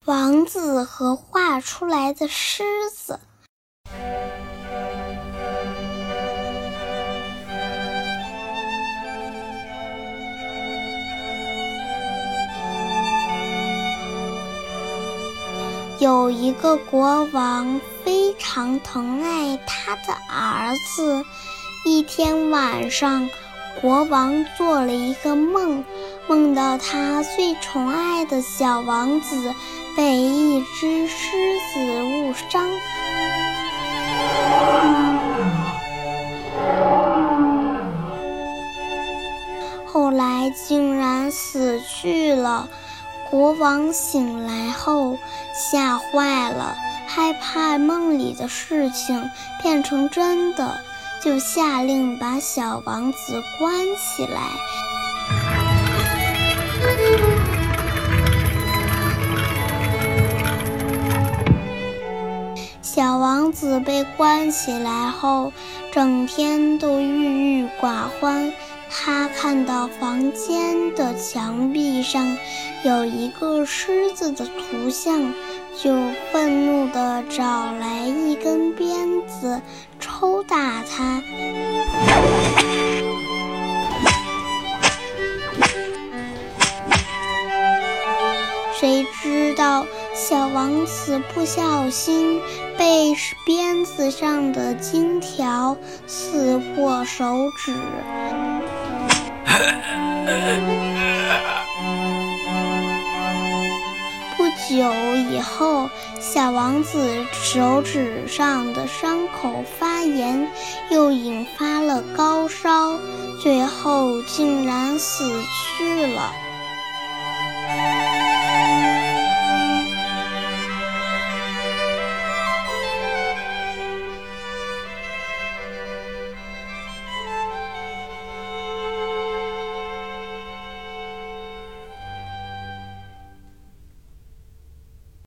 王子和画出来的狮子。有一个国王非常疼爱他的儿子。一天晚上，国王做了一个梦，梦到他最宠爱的小王子被一只狮子误伤，后来竟然死去了。国王醒来后吓坏了，害怕梦里的事情变成真的，就下令把小王子关起来。小王子被关起来后，整天都郁郁寡欢。他看到房间的墙壁上有一个狮子的图像，就愤怒地找来一根鞭子抽打它。谁知道小王子不小心被鞭子上的金条刺破手指。不久以后，小王子手指上的伤口发炎，又引发了高烧，最后竟然死去了。